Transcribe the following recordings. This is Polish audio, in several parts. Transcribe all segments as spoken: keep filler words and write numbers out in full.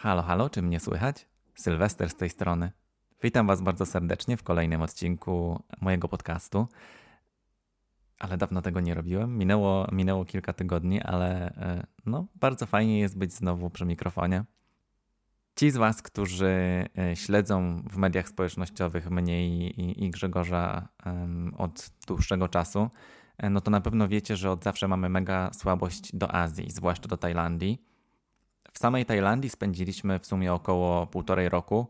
Halo, halo, czy mnie słychać? Sylwester z tej strony. Witam Was bardzo serdecznie w kolejnym odcinku mojego podcastu. Ale dawno tego nie robiłem. Minęło, minęło kilka tygodni, ale e, no, bardzo fajnie jest być znowu przy mikrofonie. Ci z Was, którzy e, śledzą w mediach społecznościowych mnie i, i, i Grzegorza um, od dłuższego czasu, e, no to na pewno wiecie, że od zawsze mamy mega słabość do Azji, zwłaszcza do Tajlandii. W samej Tajlandii spędziliśmy w sumie około półtorej roku,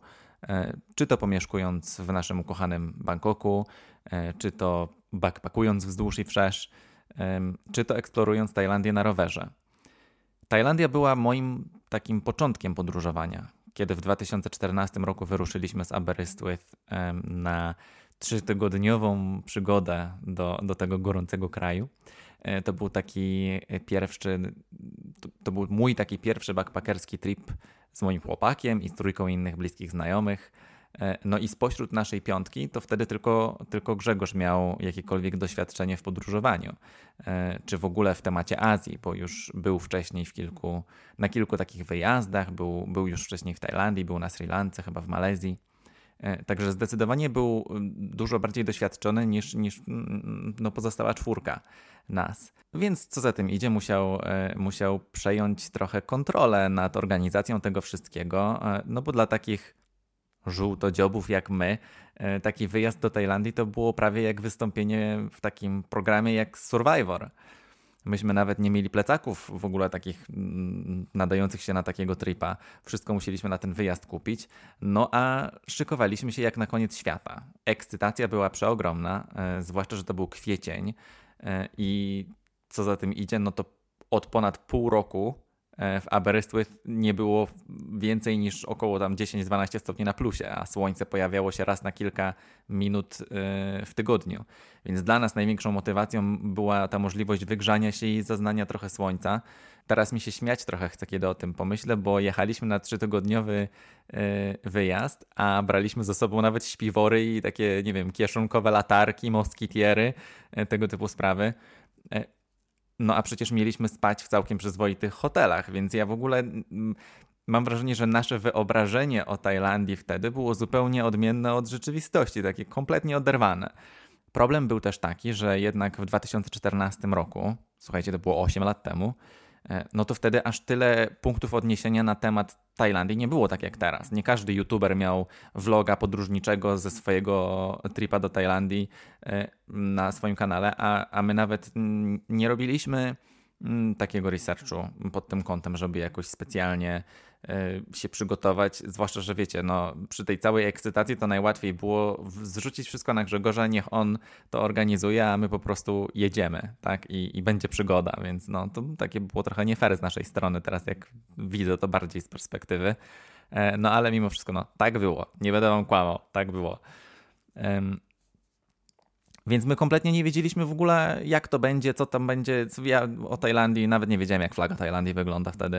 czy to pomieszkując w naszym ukochanym Bangkoku, czy to backpackując wzdłuż i wszerz, czy to eksplorując Tajlandię na rowerze. Tajlandia była moim takim początkiem podróżowania, kiedy w dwa tysiące czternastym roku wyruszyliśmy z Aberystwyth na trzytygodniową przygodę do, do tego gorącego kraju. To był taki pierwszy, to, to był mój taki pierwszy backpackerski trip z moim chłopakiem i z trójką innych bliskich znajomych. No i spośród naszej piątki to wtedy tylko, tylko Grzegorz miał jakiekolwiek doświadczenie w podróżowaniu, czy w ogóle w temacie Azji, bo już był wcześniej w kilku, na kilku takich wyjazdach, był, był już wcześniej w Tajlandii, był na Sri Lance, chyba w Malezji. Także zdecydowanie był dużo bardziej doświadczony niż, niż no, pozostała czwórka nas. Więc co za tym idzie, musiał, musiał przejąć trochę kontrolę nad organizacją tego wszystkiego, no bo dla takich żółtodziobów jak my, taki wyjazd do Tajlandii to było prawie jak wystąpienie w takim programie jak Survivor. Myśmy nawet nie mieli plecaków w ogóle takich nadających się na takiego tripa. Wszystko musieliśmy na ten wyjazd kupić. No a szykowaliśmy się jak na koniec świata. Ekscytacja była przeogromna, e, zwłaszcza, że to był kwiecień. E, I co za tym idzie, no to od ponad pół roku w Aberystwyth nie było więcej niż około tam dziesięć do dwunastu stopni na plusie, a słońce pojawiało się raz na kilka minut w tygodniu. Więc dla nas największą motywacją była ta możliwość wygrzania się i zaznania trochę słońca. Teraz mi się śmiać trochę chce, kiedy o tym pomyślę, bo jechaliśmy na trzytygodniowy wyjazd, a braliśmy ze sobą nawet śpiwory i takie, nie wiem, kieszonkowe latarki, moskitiery, tego typu sprawy. No a przecież mieliśmy spać w całkiem przyzwoitych hotelach, więc ja w ogóle mam wrażenie, że nasze wyobrażenie o Tajlandii wtedy było zupełnie odmienne od rzeczywistości, takie kompletnie oderwane. Problem był też taki, że jednak w dwa tysiące czternastym roku, słuchajcie, to było osiem lat temu, no to wtedy aż tyle punktów odniesienia na temat Tajlandii nie było tak jak teraz. Nie każdy youtuber miał vloga podróżniczego ze swojego tripa do Tajlandii na swoim kanale, a, a my nawet nie robiliśmy takiego researchu pod tym kątem, żeby jakoś specjalnie się przygotować, zwłaszcza, że wiecie, no przy tej całej ekscytacji to najłatwiej było zrzucić wszystko na Grzegorza, niech on to organizuje, a my po prostu jedziemy, tak, i, i będzie przygoda, więc no to takie było trochę nie fair z naszej strony teraz, jak widzę to bardziej z perspektywy, no ale mimo wszystko, no tak było, nie będę wam kłamał, tak było. Um, Więc my kompletnie nie wiedzieliśmy w ogóle, jak to będzie, co tam będzie. Ja o Tajlandii nawet nie wiedziałem, jak flaga Tajlandii wygląda wtedy.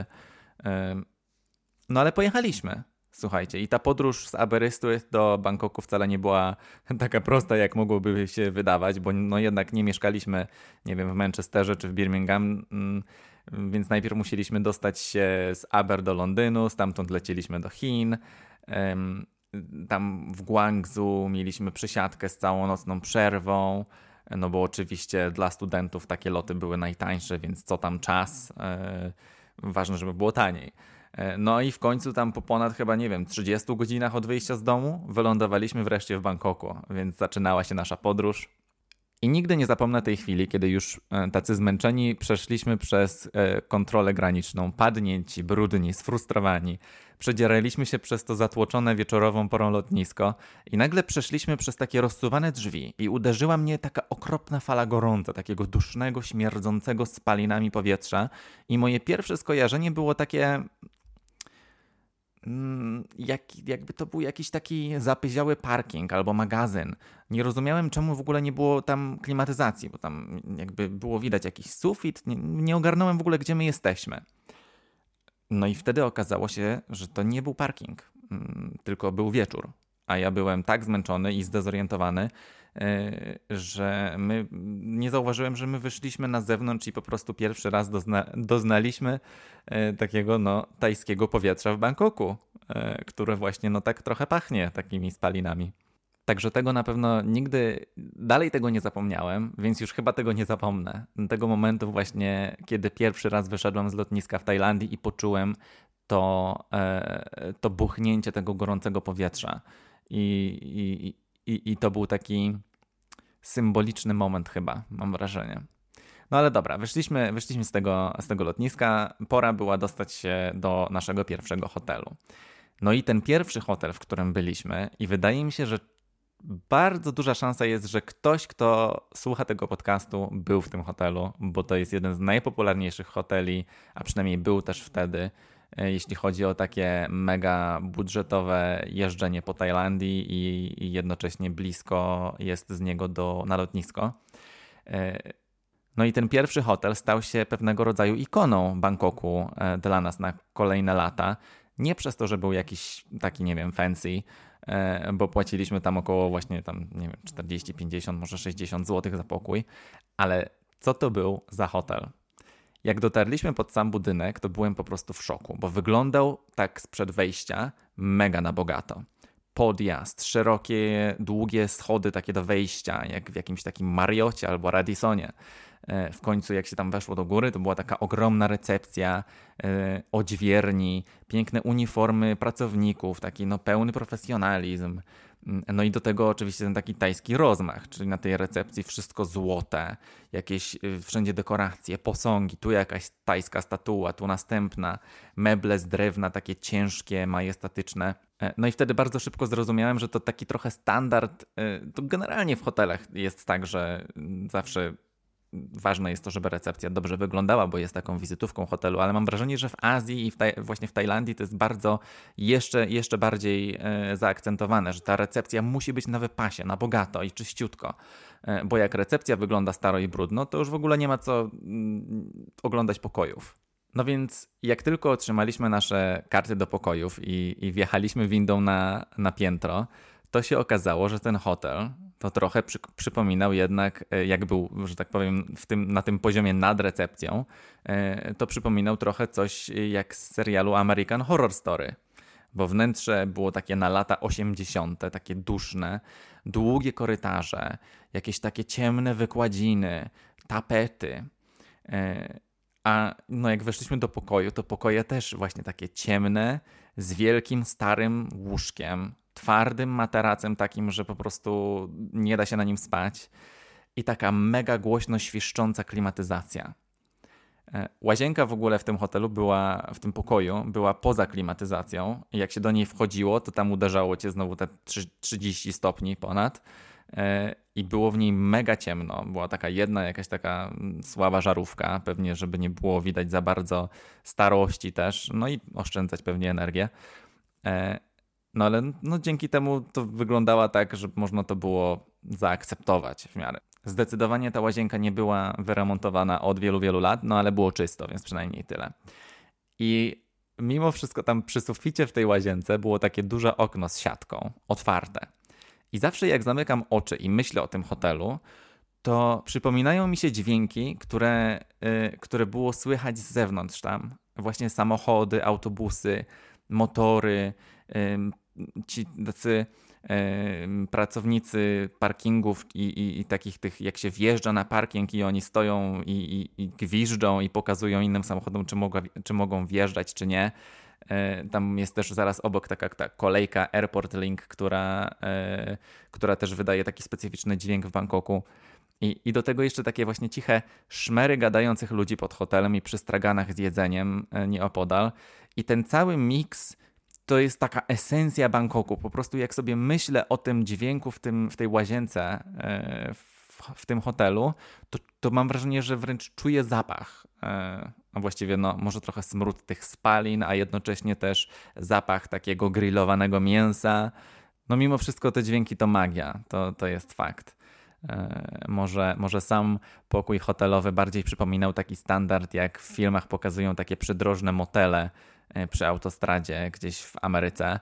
No ale pojechaliśmy, słuchajcie. I ta podróż z Aberystwyth do Bangkoku wcale nie była taka prosta, jak mogłoby się wydawać, bo no jednak nie mieszkaliśmy, nie wiem, w Manchesterze czy w Birmingham, więc najpierw musieliśmy dostać się z Aber do Londynu, stamtąd lecieliśmy do Chin. Tam w Guangzhou mieliśmy przesiadkę z całonocną przerwą, no bo oczywiście dla studentów takie loty były najtańsze, więc co tam czas, e, ważne, żeby było taniej. E, no i w końcu tam po ponad chyba, nie wiem, trzydziestu godzinach od wyjścia z domu wylądowaliśmy wreszcie w Bangkoku, więc zaczynała się nasza podróż. I nigdy nie zapomnę tej chwili, kiedy już tacy zmęczeni przeszliśmy przez kontrolę graniczną, padnięci, brudni, sfrustrowani. Przedzieraliśmy się przez to zatłoczone wieczorową porą lotnisko i nagle przeszliśmy przez takie rozsuwane drzwi i uderzyła mnie taka okropna fala gorąca, takiego dusznego, śmierdzącego spalinami powietrza i moje pierwsze skojarzenie było takie... Jak, jakby to był jakiś taki zapyziały parking albo magazyn. Nie rozumiałem, czemu w ogóle nie było tam klimatyzacji, bo tam jakby było widać jakiś sufit. Nie, nie ogarnąłem w ogóle, gdzie my jesteśmy. No i wtedy okazało się, że to nie był parking, tylko był wieczór. a ja byłem tak zmęczony i zdezorientowany, że my nie zauważyłem, że my wyszliśmy na zewnątrz i po prostu pierwszy raz dozna, doznaliśmy takiego no, tajskiego powietrza w Bangkoku, które właśnie no tak trochę pachnie takimi spalinami. Także tego na pewno nigdy, dalej tego nie zapomniałem, więc już chyba tego nie zapomnę. Tego momentu właśnie, kiedy pierwszy raz wyszedłem z lotniska w Tajlandii i poczułem to, to buchnięcie tego gorącego powietrza. I, i, i, i to był taki symboliczny moment chyba, mam wrażenie. No ale dobra, wyszliśmy, wyszliśmy z tego, z tego lotniska, pora była dostać się do naszego pierwszego hotelu. No i ten pierwszy hotel, w którym byliśmy, i wydaje mi się, że bardzo duża szansa jest, że ktoś, kto słucha tego podcastu, był w tym hotelu, bo to jest jeden z najpopularniejszych hoteli, a przynajmniej był też wtedy, jeśli chodzi o takie mega budżetowe jeżdżenie po Tajlandii i, i jednocześnie blisko jest z niego do, na lotnisko. No i ten pierwszy hotel stał się pewnego rodzaju ikoną Bangkoku dla nas na kolejne lata. Nie przez to, że był jakiś taki, nie wiem, fancy, bo płaciliśmy tam około właśnie tam, nie wiem, czterdzieści, pięćdziesiąt, może sześćdziesiąt złotych za pokój, ale co to był za hotel? Jak dotarliśmy pod sam budynek, to byłem po prostu w szoku, bo wyglądał tak sprzed wejścia mega na bogato. Podjazd, szerokie, długie schody takie do wejścia, jak w jakimś takim Marriocie albo Radisonie. W końcu jak się tam weszło do góry, to była taka ogromna recepcja, odźwierni, piękne uniformy pracowników, taki no pełny profesjonalizm. No i do tego oczywiście ten taki tajski rozmach, czyli na tej recepcji wszystko złote, jakieś wszędzie dekoracje, posągi, tu jakaś tajska statua, tu następna, meble z drewna, takie ciężkie, majestatyczne. No i wtedy bardzo szybko zrozumiałem, że to taki trochę standard, to generalnie w hotelach jest tak, że zawsze ważne jest to, żeby recepcja dobrze wyglądała, bo jest taką wizytówką hotelu, ale mam wrażenie, że w Azji i w taj- właśnie w Tajlandii to jest bardzo jeszcze, jeszcze bardziej e, zaakcentowane, że ta recepcja musi być na wypasie, na bogato i czyściutko, e, bo jak recepcja wygląda staro i brudno, to już w ogóle nie ma co mm, oglądać pokojów. No więc jak tylko otrzymaliśmy nasze karty do pokojów i, i wjechaliśmy windą na, na piętro, to się okazało, że ten hotel to trochę przy, przypominał jednak, jak był, że tak powiem, w tym, na tym poziomie nad recepcją, to przypominał trochę coś jak z serialu American Horror Story, bo wnętrze było takie na lata osiemdziesiąte, takie duszne, długie korytarze, jakieś takie ciemne wykładziny, tapety. A no jak weszliśmy do pokoju, to pokoje też właśnie takie ciemne, z wielkim, starym łóżkiem, twardym materacem takim, że po prostu nie da się na nim spać i taka mega głośno świszcząca klimatyzacja. Łazienka w ogóle w tym hotelu była, w tym pokoju była poza klimatyzacją i jak się do niej wchodziło, to tam uderzało cię znowu te trzydzieści stopni ponad i było w niej mega ciemno. Była taka jedna jakaś taka słaba żarówka, pewnie żeby nie było widać za bardzo starości też, no i oszczędzać pewnie energię. No ale no, dzięki temu to wyglądała tak, że można to było zaakceptować w miarę. Zdecydowanie ta łazienka nie była wyremontowana od wielu, wielu lat, no ale było czysto, więc przynajmniej tyle. I mimo wszystko tam przy suficie w tej łazience było takie duże okno z siatką, otwarte. I zawsze jak zamykam oczy i myślę o tym hotelu, to przypominają mi się dźwięki, które, yy, które było słychać z zewnątrz tam. Właśnie samochody, autobusy, motory, yy, ci tacy yy, pracownicy parkingów i, i, i takich tych, jak się wjeżdża na parking i oni stoją i, i, i gwiżdżą i pokazują innym samochodom, czy, mogła, czy mogą wjeżdżać, czy nie. Yy, tam jest też zaraz obok taka ta kolejka Airport Link, która, yy, która też wydaje taki specyficzny dźwięk w Bangkoku. I, I do tego jeszcze takie właśnie ciche szmery gadających ludzi pod hotelem i przy straganach z jedzeniem yy, nieopodal. I ten cały miks to jest taka esencja Bangkoku. Po prostu jak sobie myślę o tym dźwięku w, tym, w tej łazience, w, w tym hotelu, to, to mam wrażenie, że wręcz czuję zapach. A właściwie no, może trochę smród tych spalin, a jednocześnie też zapach takiego grillowanego mięsa. No mimo wszystko te dźwięki to magia, to, to jest fakt. Może, może sam pokój hotelowy bardziej przypominał taki standard, jak w filmach pokazują takie przydrożne motele przy autostradzie gdzieś w Ameryce,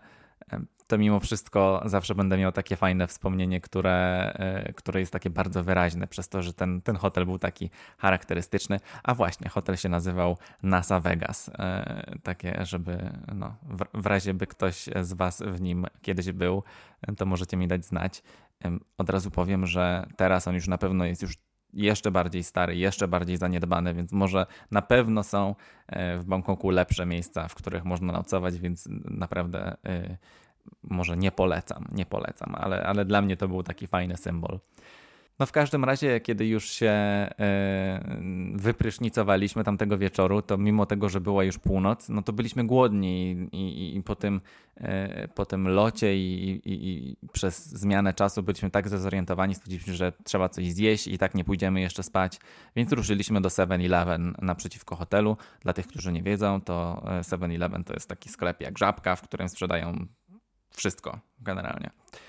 to mimo wszystko zawsze będę miał takie fajne wspomnienie, które, które jest takie bardzo wyraźne przez to, że ten, ten hotel był taki charakterystyczny. A właśnie, hotel się nazywał NASA Vegas. Takie, żeby no, w, w razie by ktoś z was w nim kiedyś był, to możecie mi dać znać. Od razu powiem, że teraz on już na pewno jest już jeszcze bardziej stary, jeszcze bardziej zaniedbany, więc może na pewno są w Bangkoku lepsze miejsca, w których można nocować, więc naprawdę może nie polecam, nie polecam, ale, ale dla mnie to był taki fajny symbol. No w każdym razie, kiedy już się wyprysznicowaliśmy tamtego wieczoru, to mimo tego, że była już północ, no to byliśmy głodni i, i, i po, tym, po tym locie i, i, i przez zmianę czasu byliśmy tak zdezorientowani, stwierdziliśmy, że trzeba coś zjeść i tak nie pójdziemy jeszcze spać, więc ruszyliśmy do seven eleven naprzeciwko hotelu. Dla tych, którzy nie wiedzą, to seven eleven to jest taki sklep jak Żabka, w którym sprzedają wszystko generalnie.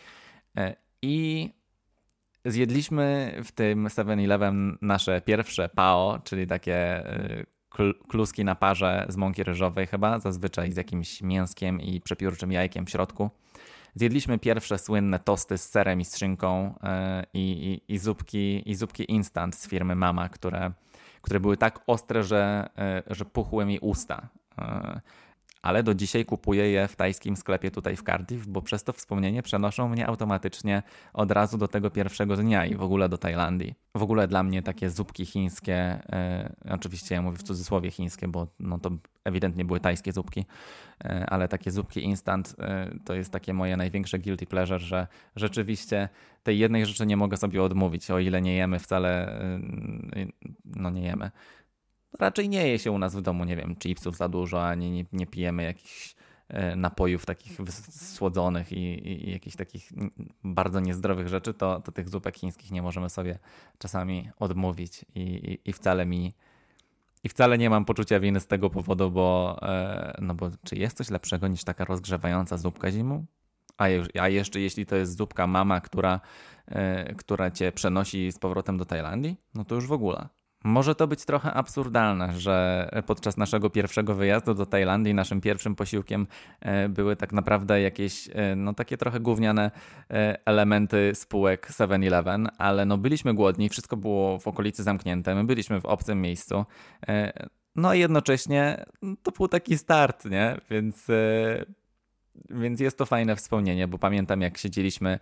I zjedliśmy w tym seven eleven nasze pierwsze pao, czyli takie kluski na parze z mąki ryżowej chyba, zazwyczaj z jakimś mięskiem i przepiórczym jajkiem w środku. Zjedliśmy pierwsze słynne tosty z serem i z szynką i, i, i, zupki, i zupki instant z firmy Mama, które, które były tak ostre, że, że puchły mi usta. Ale do dzisiaj kupuję je w tajskim sklepie tutaj w Cardiff, bo przez to wspomnienie przenoszą mnie automatycznie od razu do tego pierwszego dnia i w ogóle do Tajlandii. W ogóle dla mnie takie zupki chińskie, e, oczywiście ja mówię w cudzysłowie chińskie, bo no to ewidentnie były tajskie zupki, e, ale takie zupki instant e, to jest takie moje największe guilty pleasure, że rzeczywiście tej jednej rzeczy nie mogę sobie odmówić, o ile nie jemy wcale, e, no nie jemy. Raczej nie je się u nas w domu, nie wiem, chipsów za dużo, ani nie, nie pijemy jakichś napojów takich słodzonych i, i, i jakichś takich bardzo niezdrowych rzeczy, to, to tych zupek chińskich nie możemy sobie czasami odmówić i, i, i wcale mi i wcale nie mam poczucia winy z tego powodu, bo no bo czy jest coś lepszego niż taka rozgrzewająca zupka zimą? A, je, a jeszcze jeśli to jest zupka Mama, która, która cię przenosi z powrotem do Tajlandii, no to już w ogóle. Może to być trochę absurdalne, że podczas naszego pierwszego wyjazdu do Tajlandii naszym pierwszym posiłkiem były tak naprawdę jakieś no takie trochę gówniane elementy spółek seven eleven, ale no byliśmy głodni, wszystko było w okolicy zamknięte, my byliśmy w obcym miejscu, no i jednocześnie to był taki start, nie? Więc... Więc jest to fajne wspomnienie, bo pamiętam jak siedzieliśmy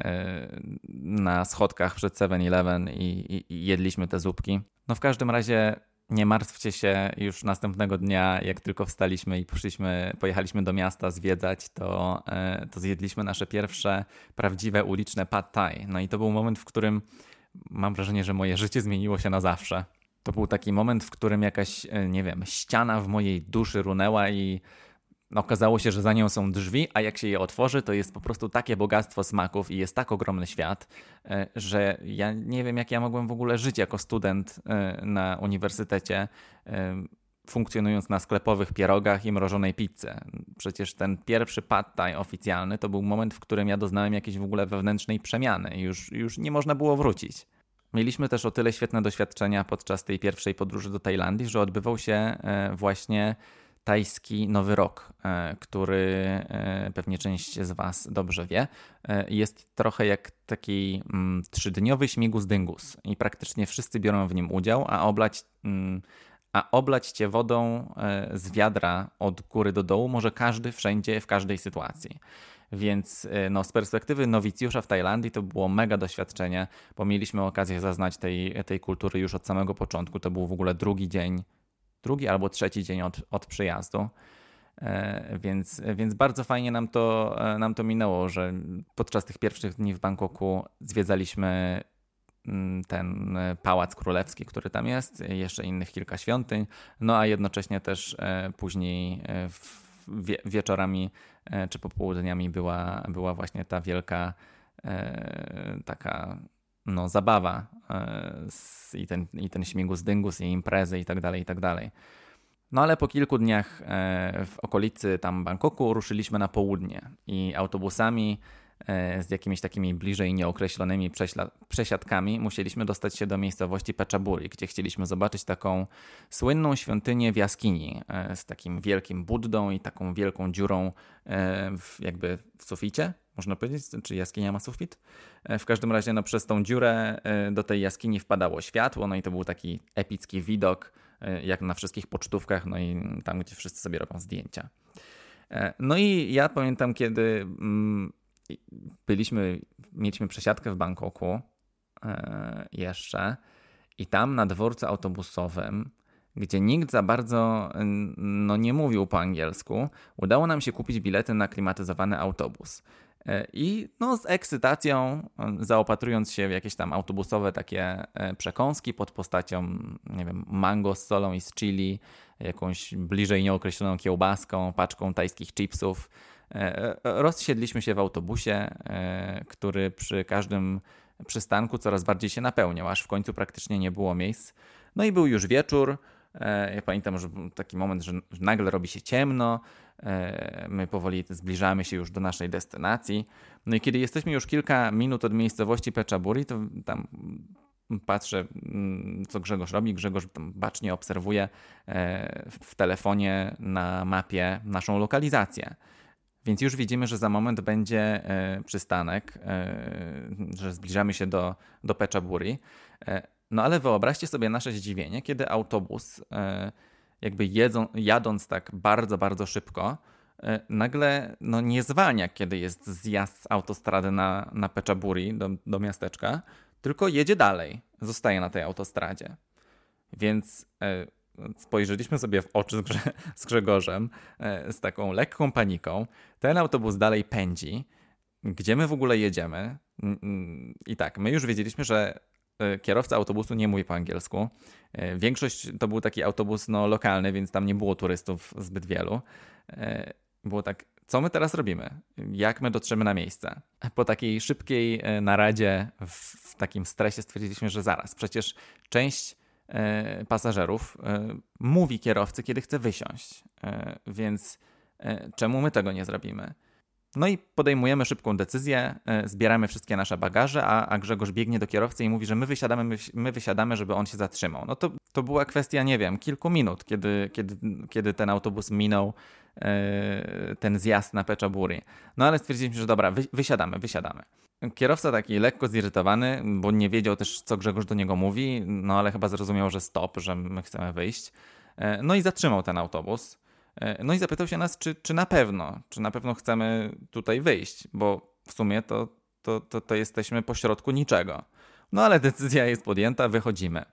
na schodkach przed seven eleven i, i, i jedliśmy te zupki. No w każdym razie nie martwcie się, już następnego dnia jak tylko wstaliśmy i poszliśmy, pojechaliśmy do miasta zwiedzać, to, to zjedliśmy nasze pierwsze prawdziwe uliczne pad thai. No i to był moment, w którym mam wrażenie, że moje życie zmieniło się na zawsze. To był taki moment, w którym jakaś, nie wiem, ściana w mojej duszy runęła i okazało się, że za nią są drzwi, a jak się je otworzy, to jest po prostu takie bogactwo smaków i jest tak ogromny świat, że ja nie wiem, jak ja mogłem w ogóle żyć jako student na uniwersytecie, funkcjonując na sklepowych pierogach i mrożonej pizzy. Przecież ten pierwszy pad thai oficjalny to był moment, w którym ja doznałem jakiejś w ogóle wewnętrznej przemiany i już, już nie można było wrócić. Mieliśmy też o tyle świetne doświadczenia podczas tej pierwszej podróży do Tajlandii, że odbywał się właśnie tajski Nowy Rok, który pewnie część z was dobrze wie. Jest trochę jak taki trzydniowy śmigus dyngus i praktycznie wszyscy biorą w nim udział, a oblać, a oblać cię wodą z wiadra od góry do dołu może każdy, wszędzie, w każdej sytuacji. Więc no, z perspektywy nowicjusza w Tajlandii to było mega doświadczenie, bo mieliśmy okazję zaznać tej, tej kultury już od samego początku. To był w ogóle drugi dzień drugi albo trzeci dzień od, od przyjazdu, e, więc, więc bardzo fajnie nam to, nam to minęło, że podczas tych pierwszych dni w Bangkoku zwiedzaliśmy ten pałac królewski, który tam jest, jeszcze innych kilka świątyń, no a jednocześnie też e, później w, wie, wieczorami e, czy popołudniami była, była właśnie ta wielka e, taka no, zabawa yy, i, ten, i ten śmigus dyngus i imprezy i tak dalej, i tak dalej. No ale po kilku dniach yy, w okolicy tam Bangkoku ruszyliśmy na południe i autobusami z jakimiś takimi bliżej nieokreślonymi przesiadkami musieliśmy dostać się do miejscowości Pechaburi, gdzie chcieliśmy zobaczyć taką słynną świątynię w jaskini z takim wielkim Buddą i taką wielką dziurą w, jakby w suficie, można powiedzieć, czy jaskinia ma sufit? W każdym razie no, przez tą dziurę do tej jaskini wpadało światło, no i to był taki epicki widok, jak na wszystkich pocztówkach, no i tam, gdzie wszyscy sobie robią zdjęcia. No i ja pamiętam, kiedy byliśmy, mieliśmy przesiadkę w Bangkoku jeszcze i tam na dworcu autobusowym, gdzie nikt za bardzo no, nie mówił po angielsku, udało nam się kupić bilety na klimatyzowany autobus. I no, z ekscytacją, zaopatrując się w jakieś tam autobusowe takie przekąski pod postacią, nie wiem, mango z solą i z chili, jakąś bliżej nieokreśloną kiełbaską, paczką tajskich chipsów, rozsiedliśmy się w autobusie, który przy każdym przystanku coraz bardziej się napełniał, aż w końcu praktycznie nie było miejsc. No i był już wieczór. Ja pamiętam, że był taki moment, że nagle robi się ciemno. My powoli zbliżamy się już do naszej destynacji. No i kiedy jesteśmy już kilka minut od miejscowości Pechaburi, to tam patrzę, co Grzegorz robi. Grzegorz tam bacznie obserwuje w telefonie na mapie naszą lokalizację. Więc już widzimy, że za moment będzie przystanek, że zbliżamy się do, do Pechaburi. No ale wyobraźcie sobie nasze zdziwienie, kiedy autobus, jakby jedzą, jadąc tak bardzo, bardzo szybko, nagle no, nie zwalnia, kiedy jest zjazd z autostrady na, na Pechaburi do, do miasteczka, tylko jedzie dalej, zostaje na tej autostradzie. Więc spojrzeliśmy sobie w oczy z, Grze- z Grzegorzem z taką lekką paniką. Ten autobus dalej pędzi. Gdzie my w ogóle jedziemy? I tak, my już wiedzieliśmy, że kierowca autobusu nie mówi po angielsku. Większość to był taki autobus no, lokalny, więc tam nie było turystów zbyt wielu. Było tak, co my teraz robimy? Jak my dotrzemy na miejsce? Po takiej szybkiej naradzie w takim stresie stwierdziliśmy, że zaraz, przecież część pasażerów mówi kierowcy, kiedy chce wysiąść. Więc czemu my tego nie zrobimy? No i podejmujemy szybką decyzję, zbieramy wszystkie nasze bagaże, a, a Grzegorz biegnie do kierowcy i mówi, że my wysiadamy, my, my wysiadamy, żeby on się zatrzymał. No to, to była kwestia, nie wiem, kilku minut, kiedy, kiedy, kiedy ten autobus minął e, ten zjazd na Pechaburi. No ale stwierdziliśmy, że dobra, wy, wysiadamy, wysiadamy. Kierowca taki lekko zirytowany, bo nie wiedział też, co Grzegorz do niego mówi, no ale chyba zrozumiał, że stop, że my chcemy wyjść. E, no i zatrzymał ten autobus. No i zapytał się nas, czy, czy na pewno, czy na pewno chcemy tutaj wyjść, bo w sumie to, to, to, to jesteśmy pośrodku niczego. No ale decyzja jest podjęta, wychodzimy.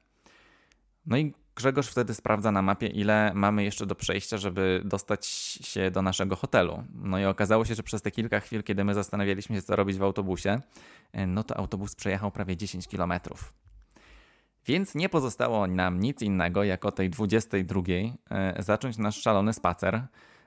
No i Grzegorz wtedy sprawdza na mapie, ile mamy jeszcze do przejścia, żeby dostać się do naszego hotelu. No i okazało się, że przez te kilka chwil, kiedy my zastanawialiśmy się, co robić w autobusie, no to autobus przejechał prawie dziesięć kilometrów. Więc nie pozostało nam nic innego, jak o tej dwudziestej drugiej zacząć nasz szalony spacer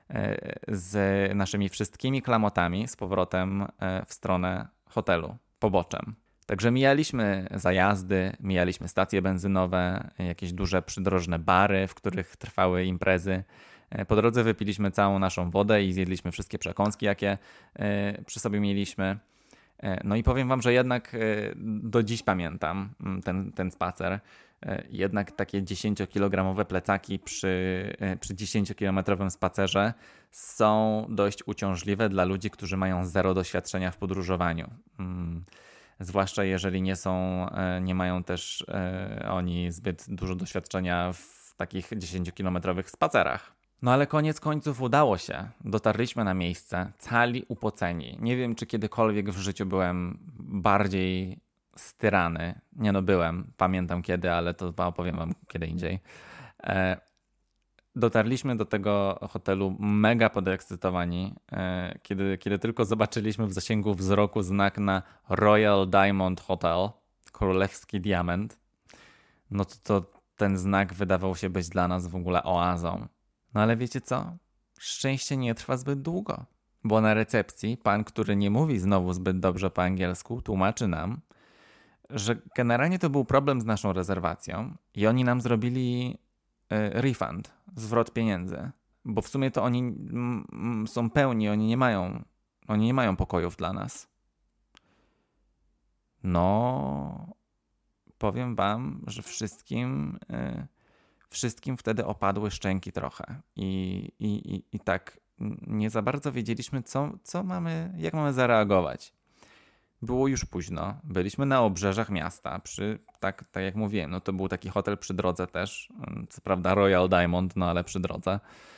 z naszymi wszystkimi klamotami z powrotem w stronę hotelu, poboczem. Także mijaliśmy zajazdy, mijaliśmy stacje benzynowe, jakieś duże przydrożne bary, w których trwały imprezy. Po drodze wypiliśmy całą naszą wodę i zjedliśmy wszystkie przekąski, jakie przy sobie mieliśmy. No i powiem wam, że jednak do dziś pamiętam ten, ten spacer. Jednak takie dziesięciokilogramowe plecaki przy, przy dziesięciokilometrowym spacerze są dość uciążliwe dla ludzi, którzy mają zero doświadczenia w podróżowaniu. Zwłaszcza jeżeli nie są, nie mają też oni zbyt dużo doświadczenia w takich dziesięciokilometrowych spacerach. No ale koniec końców udało się. Dotarliśmy na miejsce, cali upoceni. Nie wiem, czy kiedykolwiek w życiu byłem bardziej styrany. Nie no, byłem. Pamiętam kiedy, ale to opowiem wam kiedy indziej. E, dotarliśmy do tego hotelu mega podekscytowani, e, kiedy, kiedy tylko zobaczyliśmy w zasięgu wzroku znak na Royal Diamond Hotel, królewski diament. No to, to ten znak wydawał się być dla nas w ogóle oazą. No ale wiecie co? Szczęście nie trwa zbyt długo, bo na recepcji pan, który nie mówi znowu zbyt dobrze po angielsku, tłumaczy nam, że generalnie to był problem z naszą rezerwacją i oni nam zrobili refund, zwrot pieniędzy, bo w sumie to oni są pełni, oni nie mają, oni nie mają pokojów dla nas. no powiem wam, że wszystkim, yy, wszystkim wtedy opadły szczęki trochę i, i, i, i tak nie za bardzo wiedzieliśmy, co, co mamy, jak mamy zareagować. Było już późno, byliśmy na obrzeżach miasta, przy, tak, tak jak mówiłem, no to był taki hotel przy drodze też, co prawda Royal Diamond, no ale przy drodze.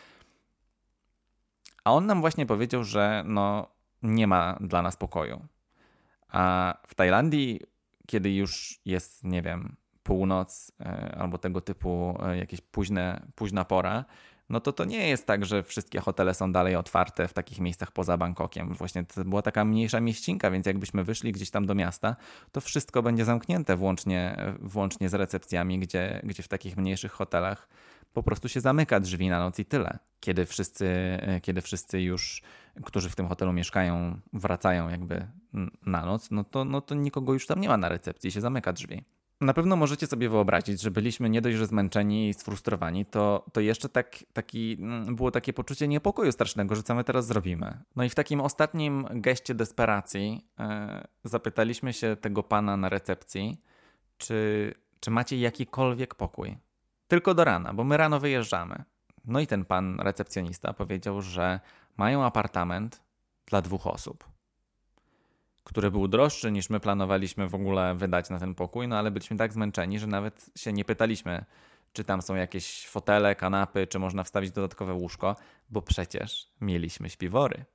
A on nam właśnie powiedział, że no nie ma dla nas pokoju. A w Tajlandii, kiedy już jest, nie wiem, północ e, albo tego typu e, jakieś późne, późna pora, no to to nie jest tak, że wszystkie hotele są dalej otwarte w takich miejscach poza Bangkokiem. Właśnie to była taka mniejsza mieścinka, więc jakbyśmy wyszli gdzieś tam do miasta, to wszystko będzie zamknięte włącznie, włącznie z recepcjami, gdzie, gdzie w takich mniejszych hotelach po prostu się zamyka drzwi na noc i tyle. Kiedy wszyscy, kiedy wszyscy już, którzy w tym hotelu mieszkają, wracają jakby na noc, no to, no to nikogo już tam nie ma na recepcji, się zamyka drzwi. Na pewno możecie sobie wyobrazić, że byliśmy nie dość, że zmęczeni i sfrustrowani, to, to jeszcze tak, taki, było takie poczucie niepokoju strasznego, że co my teraz zrobimy. No i w takim ostatnim geście desperacji yy, zapytaliśmy się tego pana na recepcji, czy, czy macie jakikolwiek pokój. Tylko do rana, bo my rano wyjeżdżamy. No i ten pan recepcjonista powiedział, że mają apartament dla dwóch osób, który był droższy niż my planowaliśmy w ogóle wydać na ten pokój, no ale byliśmy tak zmęczeni, że nawet się nie pytaliśmy, czy tam są jakieś fotele, kanapy, czy można wstawić dodatkowe łóżko, bo przecież mieliśmy śpiwory.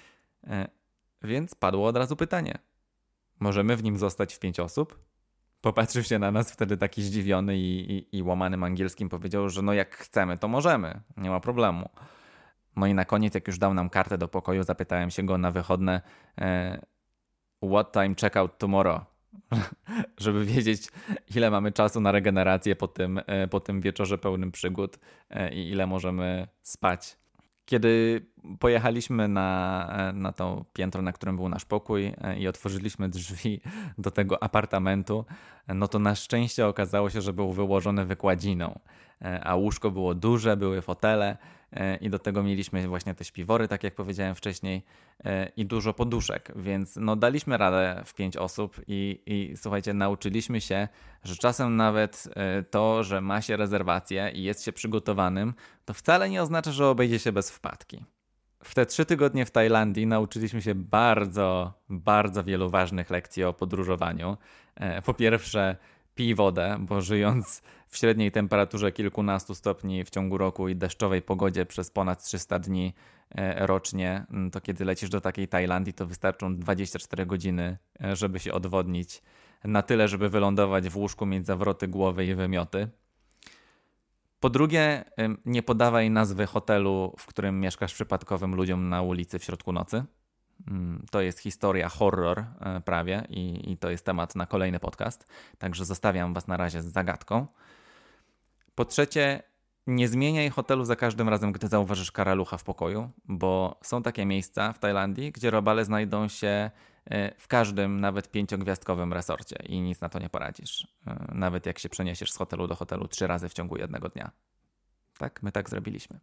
Więc padło od razu pytanie, możemy w nim zostać w pięć osób? Popatrzył się na nas wtedy taki zdziwiony i, i, i łamanym angielskim powiedział, że no jak chcemy, to możemy, nie ma problemu. No i na koniec, jak już dał nam kartę do pokoju, zapytałem się go na wychodne e, what time check out tomorrow, żeby wiedzieć, ile mamy czasu na regenerację po tym, e, po tym wieczorze pełnym przygód e, i ile możemy spać. Kiedy pojechaliśmy na, na to piętro, na którym był nasz pokój i otworzyliśmy drzwi do tego apartamentu, no to na szczęście okazało się, że był wyłożony wykładziną, a łóżko było duże, były fotele i do tego mieliśmy właśnie te śpiwory, tak jak powiedziałem wcześniej, i dużo poduszek, więc no daliśmy radę w pięć osób i, i słuchajcie, nauczyliśmy się, że czasem nawet to, że ma się rezerwację i jest się przygotowanym, to wcale nie oznacza, że obejdzie się bez wpadki. W te trzy tygodnie w Tajlandii nauczyliśmy się bardzo, bardzo wielu ważnych lekcji o podróżowaniu. Po pierwsze, pij wodę, bo żyjąc w średniej temperaturze kilkunastu stopni w ciągu roku i deszczowej pogodzie przez ponad trzysta dni rocznie, to kiedy lecisz do takiej Tajlandii, to wystarczą dwadzieścia cztery godziny, żeby się odwodnić na tyle, żeby wylądować w łóżku, mieć zawroty głowy i wymioty. Po drugie, nie podawaj nazwy hotelu, w którym mieszkasz przypadkowym ludziom na ulicy w środku nocy. To jest historia horror prawie i, i to jest temat na kolejny podcast, także zostawiam was na razie z zagadką. Po trzecie, nie zmieniaj hotelu za każdym razem, gdy zauważysz karalucha w pokoju, bo są takie miejsca w Tajlandii, gdzie robale znajdą się w każdym, nawet pięciogwiazdkowym resorcie i nic na to nie poradzisz. Nawet jak się przeniesiesz z hotelu do hotelu trzy razy w ciągu jednego dnia. Tak, my tak zrobiliśmy.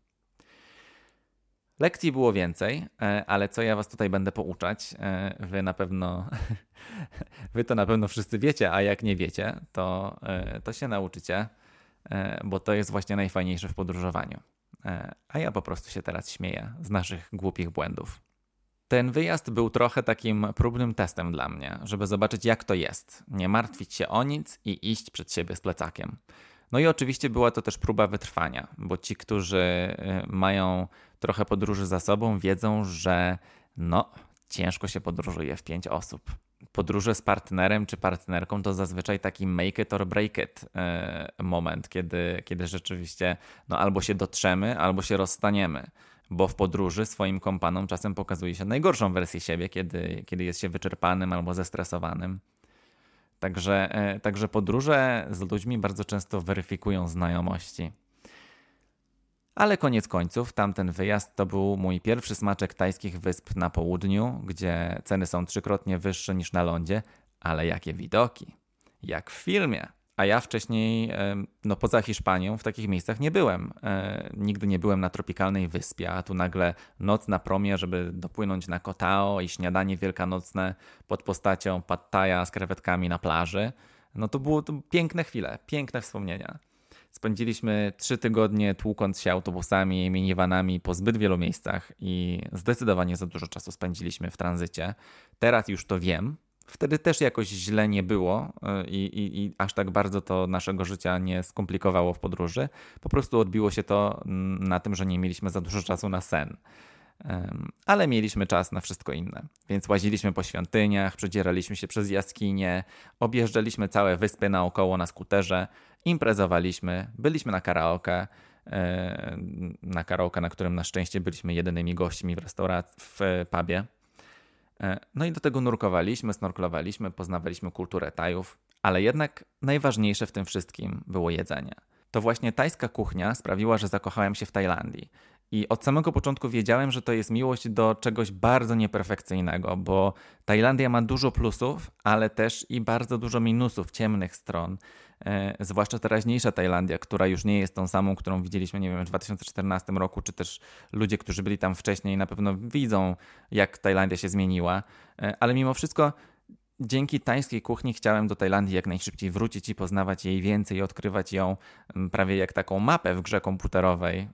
Lekcji było więcej, ale co ja was tutaj będę pouczać, wy na pewno, wy to na pewno wszyscy wiecie, a jak nie wiecie, to, to się nauczycie, bo to jest właśnie najfajniejsze w podróżowaniu. A ja po prostu się teraz śmieję z naszych głupich błędów. Ten wyjazd był trochę takim próbnym testem dla mnie, żeby zobaczyć jak to jest, nie martwić się o nic i iść przed siebie z plecakiem. No i oczywiście była to też próba wytrwania, bo ci, którzy mają trochę podróży za sobą, wiedzą, że no, ciężko się podróżuje w pięć osób. Podróże z partnerem czy partnerką to zazwyczaj taki make it or break it moment, kiedy, kiedy rzeczywiście no, albo się dotrzemy, albo się rozstaniemy. Bo w podróży swoim kompanom czasem pokazuje się najgorszą wersję siebie, kiedy, kiedy jest się wyczerpanym albo zestresowanym. Także, także podróże z ludźmi bardzo często weryfikują znajomości. Ale koniec końców tamten wyjazd to był mój pierwszy smaczek tajskich wysp na południu, gdzie ceny są trzykrotnie wyższe niż na lądzie, ale jakie widoki, jak w filmie. A ja wcześniej, no poza Hiszpanią, w takich miejscach nie byłem. Nigdy nie byłem na tropikalnej wyspie, a tu nagle noc na promie, żeby dopłynąć na Koh Tao i śniadanie wielkanocne pod postacią pad thaia z krewetkami na plaży. No to było to piękne chwile, piękne wspomnienia. Spędziliśmy trzy tygodnie tłukąc się autobusami i minivanami po zbyt wielu miejscach i zdecydowanie za dużo czasu spędziliśmy w tranzycie. Teraz już to wiem. Wtedy też jakoś źle nie było i, i, i aż tak bardzo to naszego życia nie skomplikowało w podróży. Po prostu odbiło się to na tym, że nie mieliśmy za dużo czasu na sen. Ale mieliśmy czas na wszystko inne. Więc łaziliśmy po świątyniach, przedzieraliśmy się przez jaskinie, objeżdżaliśmy całe wyspy naokoło na skuterze, imprezowaliśmy, byliśmy na karaoke, na karaoke, na którym na szczęście byliśmy jedynymi gośćmi w restauracji, w pubie. No i do tego nurkowaliśmy, snorklowaliśmy, poznawaliśmy kulturę Tajów, ale jednak najważniejsze w tym wszystkim było jedzenie. To właśnie tajska kuchnia sprawiła, że zakochałem się w Tajlandii. I od samego początku wiedziałem, że to jest miłość do czegoś bardzo nieperfekcyjnego, bo Tajlandia ma dużo plusów, ale też i bardzo dużo minusów, ciemnych stron. E, zwłaszcza teraźniejsza Tajlandia, która już nie jest tą samą, którą widzieliśmy, nie wiem, w dwa tysiące czternastym roku, czy też ludzie, którzy byli tam wcześniej, na pewno widzą, jak Tajlandia się zmieniła. E, ale mimo wszystko dzięki tajskiej kuchni chciałem do Tajlandii jak najszybciej wrócić i poznawać jej więcej, odkrywać ją prawie jak taką mapę w grze komputerowej,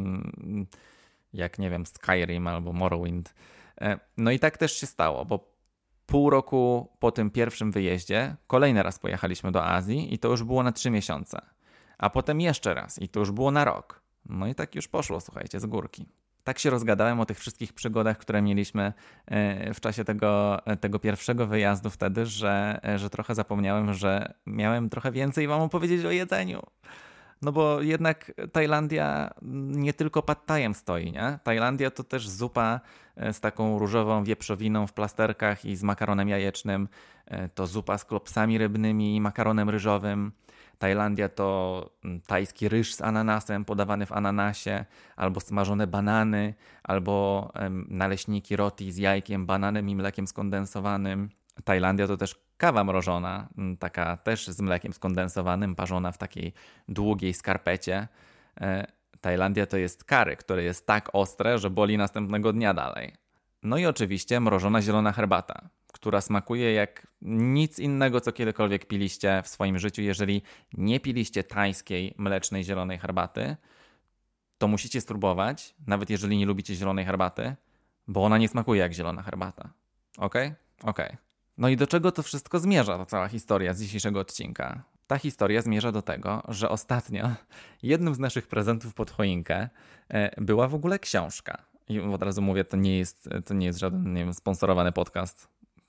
jak nie wiem, Skyrim albo Morrowind. No i tak też się stało, bo pół roku po tym pierwszym wyjeździe kolejny raz pojechaliśmy do Azji i to już było na trzy miesiące, a potem jeszcze raz i to już było na rok. No i tak już poszło, słuchajcie, z górki. Tak się rozgadałem o tych wszystkich przygodach, które mieliśmy w czasie tego, tego pierwszego wyjazdu wtedy, że, że trochę zapomniałem, że miałem trochę więcej wam opowiedzieć o jedzeniu. No bo jednak Tajlandia nie tylko pad thaiem stoi, nie? Tajlandia to też zupa z taką różową wieprzowiną w plasterkach i z makaronem jajecznym. To zupa z klopsami rybnymi i makaronem ryżowym. Tajlandia to tajski ryż z ananasem podawany w ananasie, albo smażone banany, albo naleśniki roti z jajkiem, bananem i mlekiem skondensowanym. Tajlandia to też kawa mrożona, taka też z mlekiem skondensowanym, parzona w takiej długiej skarpecie. Tajlandia to jest curry, które jest tak ostre, że boli następnego dnia dalej. No i oczywiście mrożona zielona herbata, która smakuje jak nic innego, co kiedykolwiek piliście w swoim życiu. Jeżeli nie piliście tajskiej, mlecznej, zielonej herbaty, to musicie spróbować, nawet jeżeli nie lubicie zielonej herbaty, bo ona nie smakuje jak zielona herbata. Okej? Okej. No i do czego to wszystko zmierza, ta cała historia z dzisiejszego odcinka? Ta historia zmierza do tego, że ostatnio jednym z naszych prezentów pod choinkę była w ogóle książka. I od razu mówię, to nie jest, to nie jest żaden, nie wiem, sponsorowany podcast,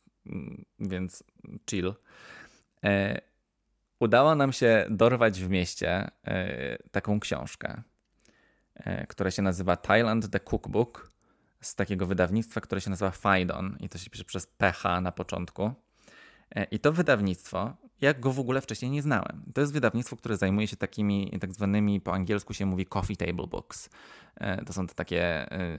więc chill. E, udało nam się dorwać w mieście e, taką książkę, e, która się nazywa Thailand The Cookbook, z takiego wydawnictwa, które się nazywa Phaidon i to się pisze przez P H na początku. E, I to wydawnictwo, ja go w ogóle wcześniej nie znałem. To jest wydawnictwo, które zajmuje się takimi tak zwanymi, po angielsku się mówi coffee table books. E, to są to takie e,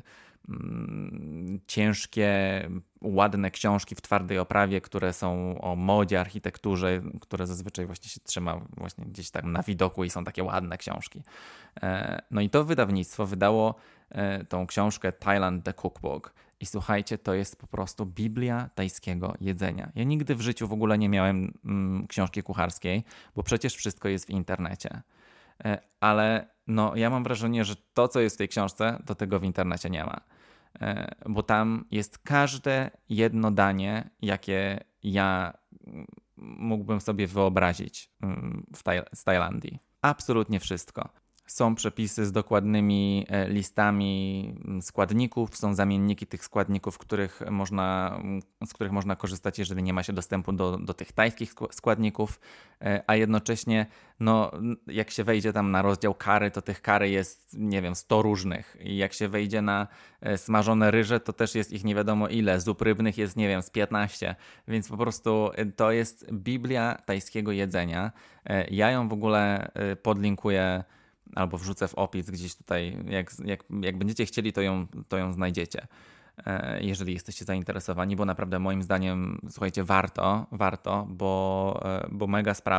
ciężkie, ładne książki w twardej oprawie, które są o modzie, architekturze, które zazwyczaj właśnie się trzyma właśnie gdzieś tam na widoku i są takie ładne książki. No i to wydawnictwo wydało tą książkę Thailand The Cookbook i słuchajcie, to jest po prostu Biblia tajskiego jedzenia. Ja nigdy w życiu w ogóle nie miałem mm, książki kucharskiej, bo przecież wszystko jest w internecie. Ale no, ja mam wrażenie, że to, co jest w tej książce, to tego w internecie nie ma. Bo tam jest każde jedno danie, jakie ja mógłbym sobie wyobrazić w Taj- z Tajlandii. Absolutnie wszystko. Są przepisy z dokładnymi listami składników, są zamienniki tych składników, których można, z których można korzystać, jeżeli nie ma się dostępu do, do tych tajskich składników, a jednocześnie no, jak się wejdzie tam na rozdział curry, to tych curry jest, nie wiem, sto różnych. I jak się wejdzie na smażone ryże, to też jest ich nie wiadomo ile. Zup rybnych jest, nie wiem, z piętnaście. Więc po prostu to jest Biblia tajskiego jedzenia. Ja ją w ogóle podlinkuję albo wrzucę w opis gdzieś tutaj, jak, jak, jak będziecie chcieli, to ją, to ją znajdziecie, jeżeli jesteście zainteresowani, bo naprawdę moim zdaniem, słuchajcie, warto, warto, bo, bo mega sprawa.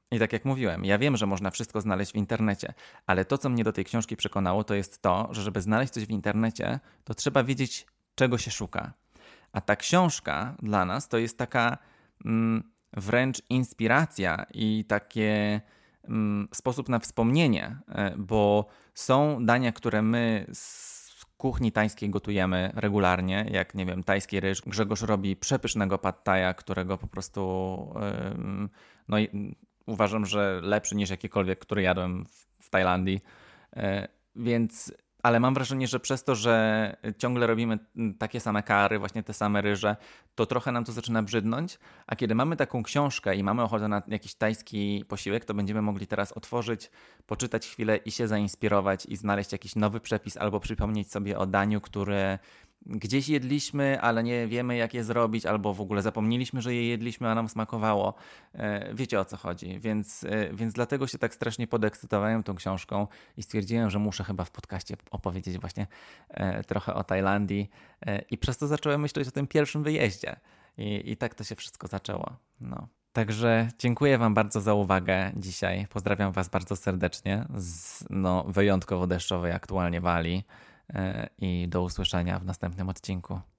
I tak jak mówiłem, ja wiem, że można wszystko znaleźć w internecie, ale to, co mnie do tej książki przekonało, to jest to, że żeby znaleźć coś w internecie, to trzeba wiedzieć, czego się szuka. A ta książka dla nas to jest taka mm, wręcz inspiracja i takie mm, sposób na wspomnienie, bo są dania, które my z kuchni tajskiej gotujemy regularnie, jak nie wiem, tajski ryż. Grzegorz robi przepysznego pad thaja, którego po prostu yy, no i uważam, że lepszy niż jakikolwiek, który jadłem w, w Tajlandii. Yy, więc ale mam wrażenie, że przez to, że ciągle robimy takie same kary, właśnie te same ryże, to trochę nam to zaczyna brzydnąć, a kiedy mamy taką książkę i mamy ochotę na jakiś tajski posiłek, to będziemy mogli teraz otworzyć, poczytać chwilę i się zainspirować i znaleźć jakiś nowy przepis albo przypomnieć sobie o daniu, które gdzieś jedliśmy, ale nie wiemy jak je zrobić, albo w ogóle zapomnieliśmy, że je jedliśmy, a nam smakowało. Wiecie o co chodzi, więc, więc dlatego się tak strasznie podekscytowałem tą książką i stwierdziłem, że muszę chyba w podcaście opowiedzieć właśnie trochę o Tajlandii i przez to zacząłem myśleć o tym pierwszym wyjeździe i, i tak to się wszystko zaczęło. No. Także dziękuję Wam bardzo za uwagę dzisiaj. Pozdrawiam Was bardzo serdecznie z no, wyjątkowo deszczowej aktualnie Walii. I do usłyszenia w następnym odcinku.